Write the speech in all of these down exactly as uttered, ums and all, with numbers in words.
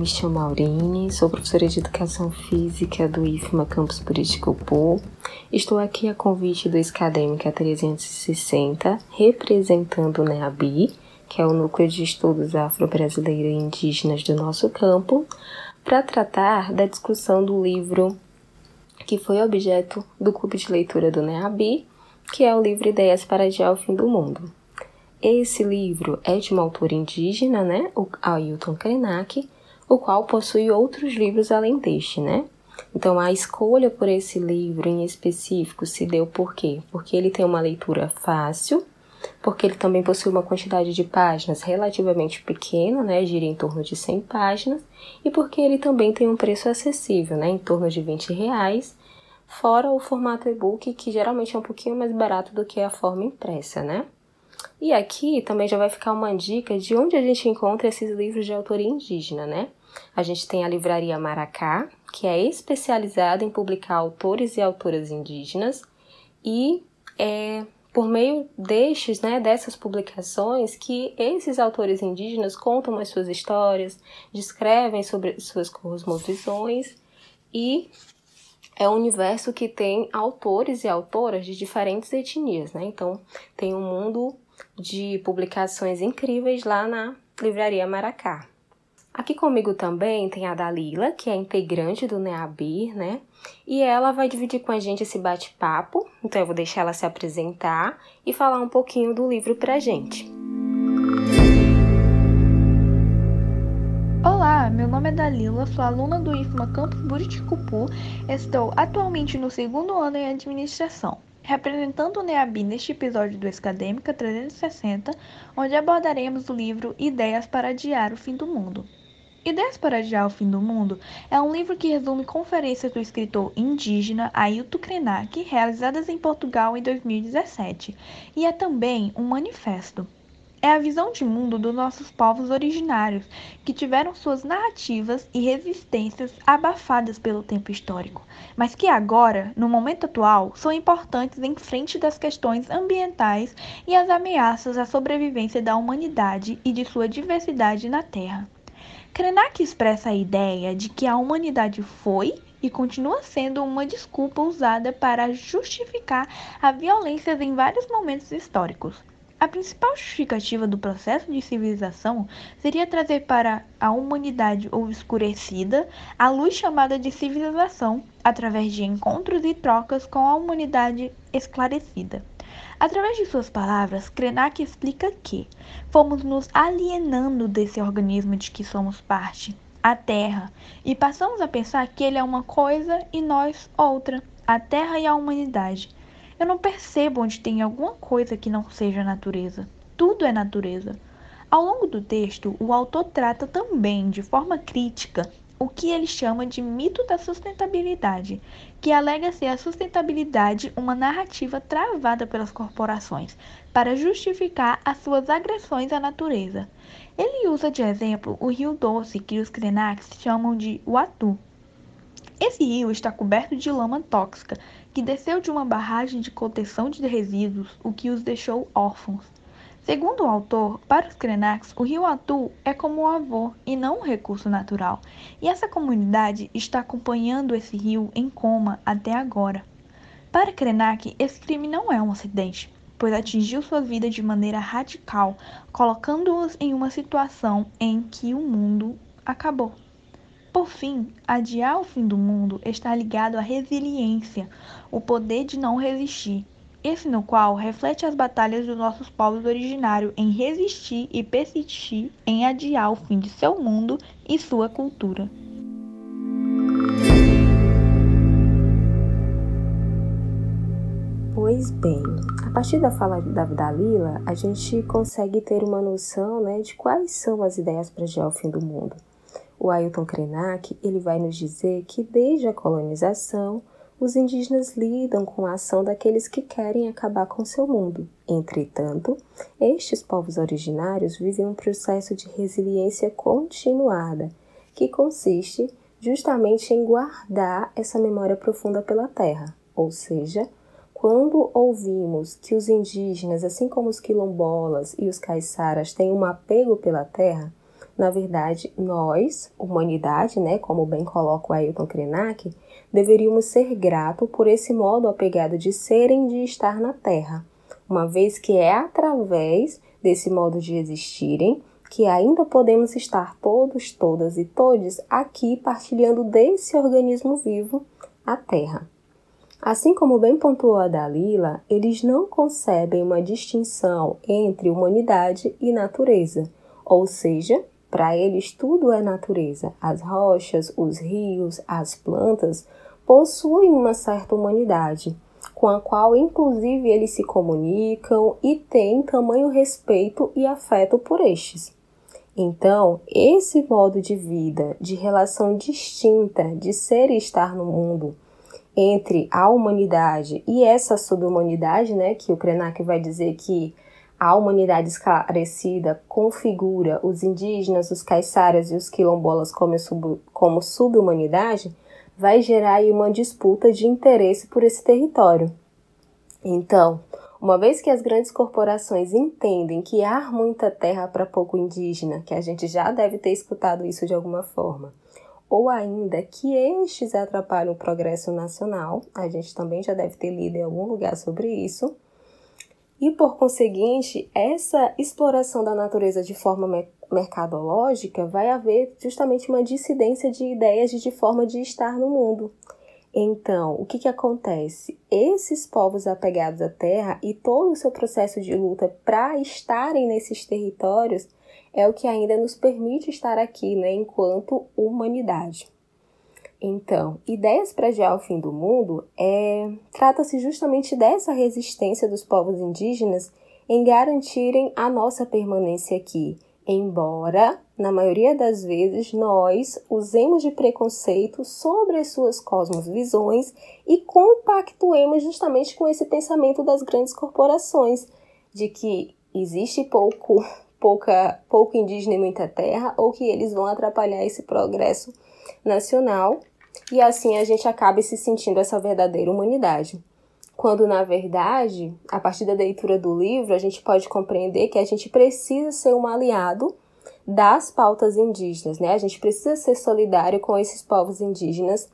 me chamo Aurine, sou professora de Educação Física do I F M A Campus Buriticupu. Estou aqui a convite do Escadêmica trezentos e sessenta, representando o NEABI, que é o Núcleo de Estudos Afro-Brasileiro e Indígenas do nosso campo, para tratar da discussão do livro que foi objeto do clube de leitura do NEABI, que é o livro Ideias para Adiar o Fim do Mundo. Esse livro é de um autor indígena, né, o Ailton Krenak, o qual possui outros livros além deste, né? Então, a escolha por esse livro em específico se deu por quê? Porque ele tem uma leitura fácil, porque ele também possui uma quantidade de páginas relativamente pequena, né, gira em torno de cem páginas, e porque ele também tem um preço acessível, né, em torno de vinte reais, fora o formato e-book, que geralmente é um pouquinho mais barato do que a forma impressa, né? E aqui também já vai ficar uma dica de onde a gente encontra esses livros de autoria indígena, né? A gente tem a Livraria Maracá, que é especializada em publicar autores e autoras indígenas, e é por meio destes, né, dessas publicações que esses autores indígenas contam as suas histórias, descrevem sobre suas cosmovisões, e é um universo que tem autores e autoras de diferentes etnias, né? Então, tem um mundo de publicações incríveis lá na Livraria Maracá. Aqui comigo também tem a Dalila, que é integrante do NEABI, né? E ela vai dividir com a gente esse bate-papo, então eu vou deixar ela se apresentar e falar um pouquinho do livro pra gente. Olá, meu nome é Dalila, sou aluna do I F M A Campus Buriticupu, estou atualmente no segundo ano em Administração, representando o NEABI neste episódio do Escadêmica trezentos e sessenta, onde abordaremos o livro Ideias para Adiar o Fim do Mundo. Ideias para Adiar o Fim do Mundo é um livro que resume conferências do escritor indígena Ailton Krenak, realizadas em Portugal em dois mil e dezessete, e é também um manifesto. É a visão de mundo dos nossos povos originários, que tiveram suas narrativas e resistências abafadas pelo tempo histórico, mas que agora, no momento atual, são importantes em frente das questões ambientais e as ameaças à sobrevivência da humanidade e de sua diversidade na Terra. Krenak expressa a ideia de que a humanidade foi e continua sendo uma desculpa usada para justificar a violência em vários momentos históricos. A principal justificativa do processo de civilização seria trazer para a humanidade obscurecida a luz chamada de civilização, através de encontros e trocas com a humanidade esclarecida. Através de suas palavras, Krenak explica que fomos nos alienando desse organismo de que somos parte, a Terra, e passamos a pensar que ele é uma coisa e nós outra, a Terra e a humanidade. Eu não percebo onde tem alguma coisa que não seja natureza. Tudo é natureza. Ao longo do texto, o autor trata também, de forma crítica, o que ele chama de mito da sustentabilidade, que alega ser a sustentabilidade uma narrativa travada pelas corporações para justificar as suas agressões à natureza. Ele usa de exemplo o Rio Doce, que os Krenaks chamam de Uatu. Esse rio está coberto de lama tóxica, que desceu de uma barragem de contenção de resíduos, o que os deixou órfãos. Segundo o autor, para os Krenaks, o rio Atu é como um avô e não um recurso natural, e essa comunidade está acompanhando esse rio em coma até agora. Para Krenak, esse crime não é um acidente, pois atingiu sua vida de maneira radical, colocando-os em uma situação em que o mundo acabou. Por fim, adiar o fim do mundo está ligado à resiliência, o poder de não resistir, esse no qual reflete as batalhas dos nossos povos originários em resistir e persistir em adiar o fim de seu mundo e sua cultura. Pois bem, a partir da fala da Dalila, a gente consegue ter uma noção, né, de quais são as ideias para adiar o fim do mundo. O Ailton Krenak, ele vai nos dizer que desde a colonização, os indígenas lidam com a ação daqueles que querem acabar com seu mundo. Entretanto, estes povos originários vivem um processo de resiliência continuada, que consiste justamente em guardar essa memória profunda pela terra. Ou seja, quando ouvimos que os indígenas, assim como os quilombolas e os caiçaras, têm um apego pela terra, Na verdade, nós, humanidade, né, como bem coloca o Ailton Krenak, deveríamos ser gratos por esse modo apegado de serem e de estar na Terra, uma vez que é através desse modo de existirem que ainda podemos estar todos, todas e todes aqui partilhando desse organismo vivo, a Terra. Assim como bem pontuou a Dalila, eles não concebem uma distinção entre humanidade e natureza, ou seja, para eles tudo é natureza. As rochas, os rios, as plantas possuem uma certa humanidade, com a qual inclusive eles se comunicam e têm tamanho respeito e afeto por estes. Então, esse modo de vida, de relação distinta de ser e estar no mundo entre a humanidade e essa subhumanidade, né, que o Krenak vai dizer que a humanidade esclarecida configura os indígenas, os caiçaras e os quilombolas como, sub, como subhumanidade, vai gerar aí uma disputa de interesse por esse território. Então, uma vez que as grandes corporações entendem que há muita terra para pouco indígena, que a gente já deve ter escutado isso de alguma forma, ou ainda que estes atrapalham o progresso nacional, a gente também já deve ter lido em algum lugar sobre isso, e por conseguinte, essa exploração da natureza de forma me- mercadológica vai haver justamente uma dissidência de ideias de forma de estar no mundo. Então, o que que acontece? Esses povos apegados à terra e todo o seu processo de luta para estarem nesses territórios é o que ainda nos permite estar aqui, né, enquanto humanidade. Então, Ideias para Adiar o Fim do Mundo é, trata-se justamente dessa resistência dos povos indígenas em garantirem a nossa permanência aqui, embora, na maioria das vezes, nós usemos de preconceito sobre as suas cosmovisões e compactuemos justamente com esse pensamento das grandes corporações, de que existe pouco, pouca, pouco indígena e muita terra, ou que eles vão atrapalhar esse progresso nacional, e assim a gente acaba se sentindo essa verdadeira humanidade. Quando, na verdade, a partir da leitura do livro, a gente pode compreender que a gente precisa ser um aliado das pautas indígenas, né? A gente precisa ser solidário com esses povos indígenas,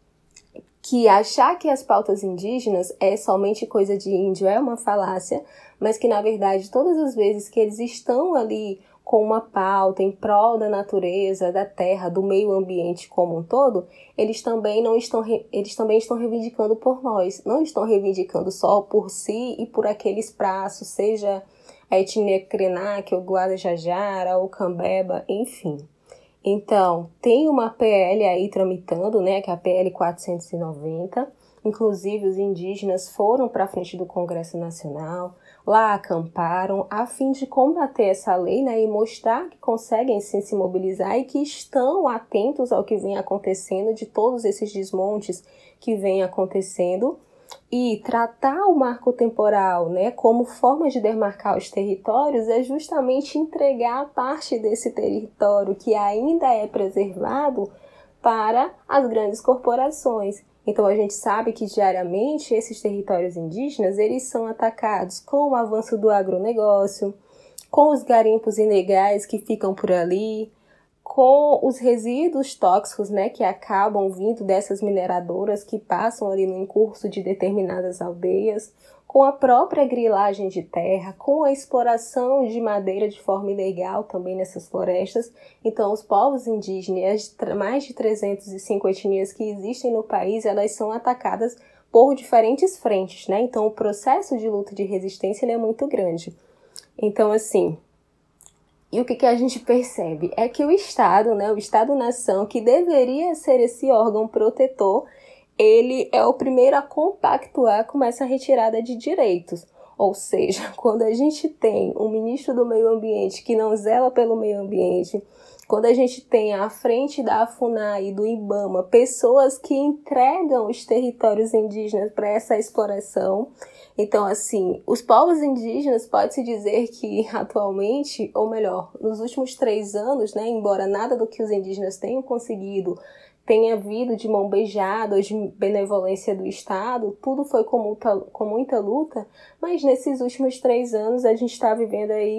que achar que as pautas indígenas é somente coisa de índio é uma falácia, mas que, na verdade, todas as vezes que eles estão ali com uma pauta em prol da natureza, da terra, do meio ambiente como um todo, eles também não estão, eles também estão reivindicando por nós, não estão reivindicando só por si e por aquele espaço, seja a etnia Krenak, o Guarajajara, o Cambeba, enfim. Então, tem uma P L aí tramitando, né, que é a P L quatrocentos e noventa, inclusive os indígenas foram para a frente do Congresso Nacional, lá acamparam a fim de combater essa lei, né, e mostrar que conseguem sim se mobilizar e que estão atentos ao que vem acontecendo, de todos esses desmontes que vem acontecendo, e tratar o marco temporal, né, como forma de demarcar os territórios é justamente entregar parte desse território que ainda é preservado para as grandes corporações. Então, a gente sabe que diariamente esses territórios indígenas eles são atacados com o avanço do agronegócio, com os garimpos ilegais que ficam por ali, com os resíduos tóxicos, né, que acabam vindo dessas mineradoras que passam ali no encurso de determinadas aldeias, com a própria grilagem de terra, com a exploração de madeira de forma ilegal também nessas florestas. Então, os povos indígenas, mais de trezentas e cinco etnias que existem no país, elas são atacadas por diferentes frentes, né? Então, o processo de luta de resistência ele é muito grande. Então, assim, e o que, que a gente percebe? É que o Estado, né, o Estado-nação, que deveria ser esse órgão protetor, ele é o primeiro a compactuar com essa retirada de direitos. Ou seja, quando a gente tem um ministro do meio ambiente que não zela pelo meio ambiente, quando a gente tem à frente da FUNAI e do IBAMA pessoas que entregam os territórios indígenas para essa exploração, então, assim, os povos indígenas pode-se dizer que atualmente, ou melhor, nos últimos três anos, né, embora nada do que os indígenas tenham conseguido tenha vindo de mão beijada ou de benevolência do Estado, tudo foi com muita, com muita luta, mas nesses últimos três anos a gente está vivendo aí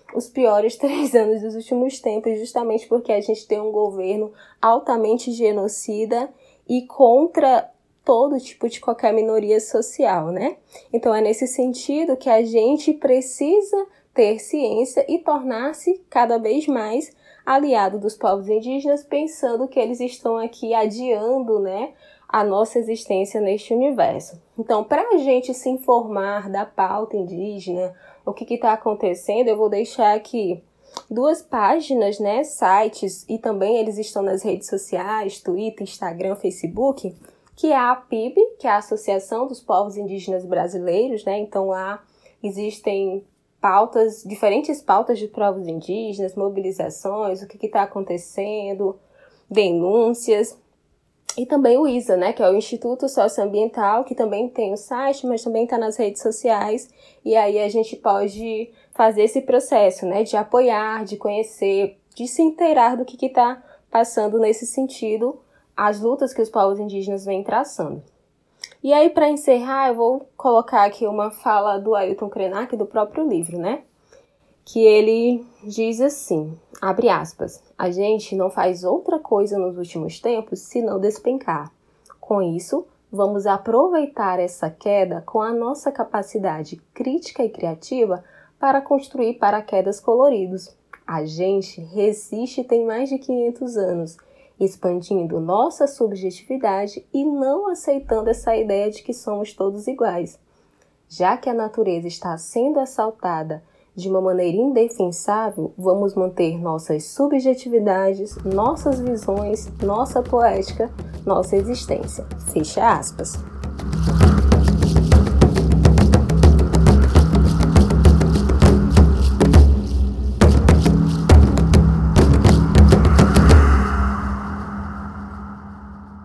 os piores três anos dos últimos tempos, justamente porque a gente tem um governo altamente genocida e contra todo tipo de qualquer minoria social, né? Então é nesse sentido que a gente precisa ter ciência e tornar-se cada vez mais aliado dos povos indígenas, pensando que eles estão aqui adiando, né, a nossa existência neste universo. Então, para a gente se informar da pauta indígena, o que está acontecendo, eu vou deixar aqui duas páginas, né, sites, e também eles estão nas redes sociais, Twitter, Instagram, Facebook, que é a A P I B, que é a Associação dos Povos Indígenas Brasileiros, né? Então lá existem pautas, diferentes pautas de povos indígenas, mobilizações, o que está acontecendo, denúncias. E também o I S A, né, que é o Instituto Socioambiental, que também tem o site, mas também está nas redes sociais. E aí a gente pode fazer esse processo, né, de apoiar, de conhecer, de se inteirar do que está passando nesse sentido, as lutas que os povos indígenas vêm traçando. E aí, para encerrar, eu vou colocar aqui uma fala do Ailton Krenak, do próprio livro, né? Que ele diz assim, abre aspas, a gente não faz outra coisa nos últimos tempos senão despencar. Com isso, vamos aproveitar essa queda com a nossa capacidade crítica e criativa para construir paraquedas coloridos. A gente resiste tem mais de quinhentos anos, expandindo nossa subjetividade e não aceitando essa ideia de que somos todos iguais. Já que a natureza está sendo assaltada de uma maneira indefensável, vamos manter nossas subjetividades, nossas visões, nossa poética, nossa existência. Fecha aspas.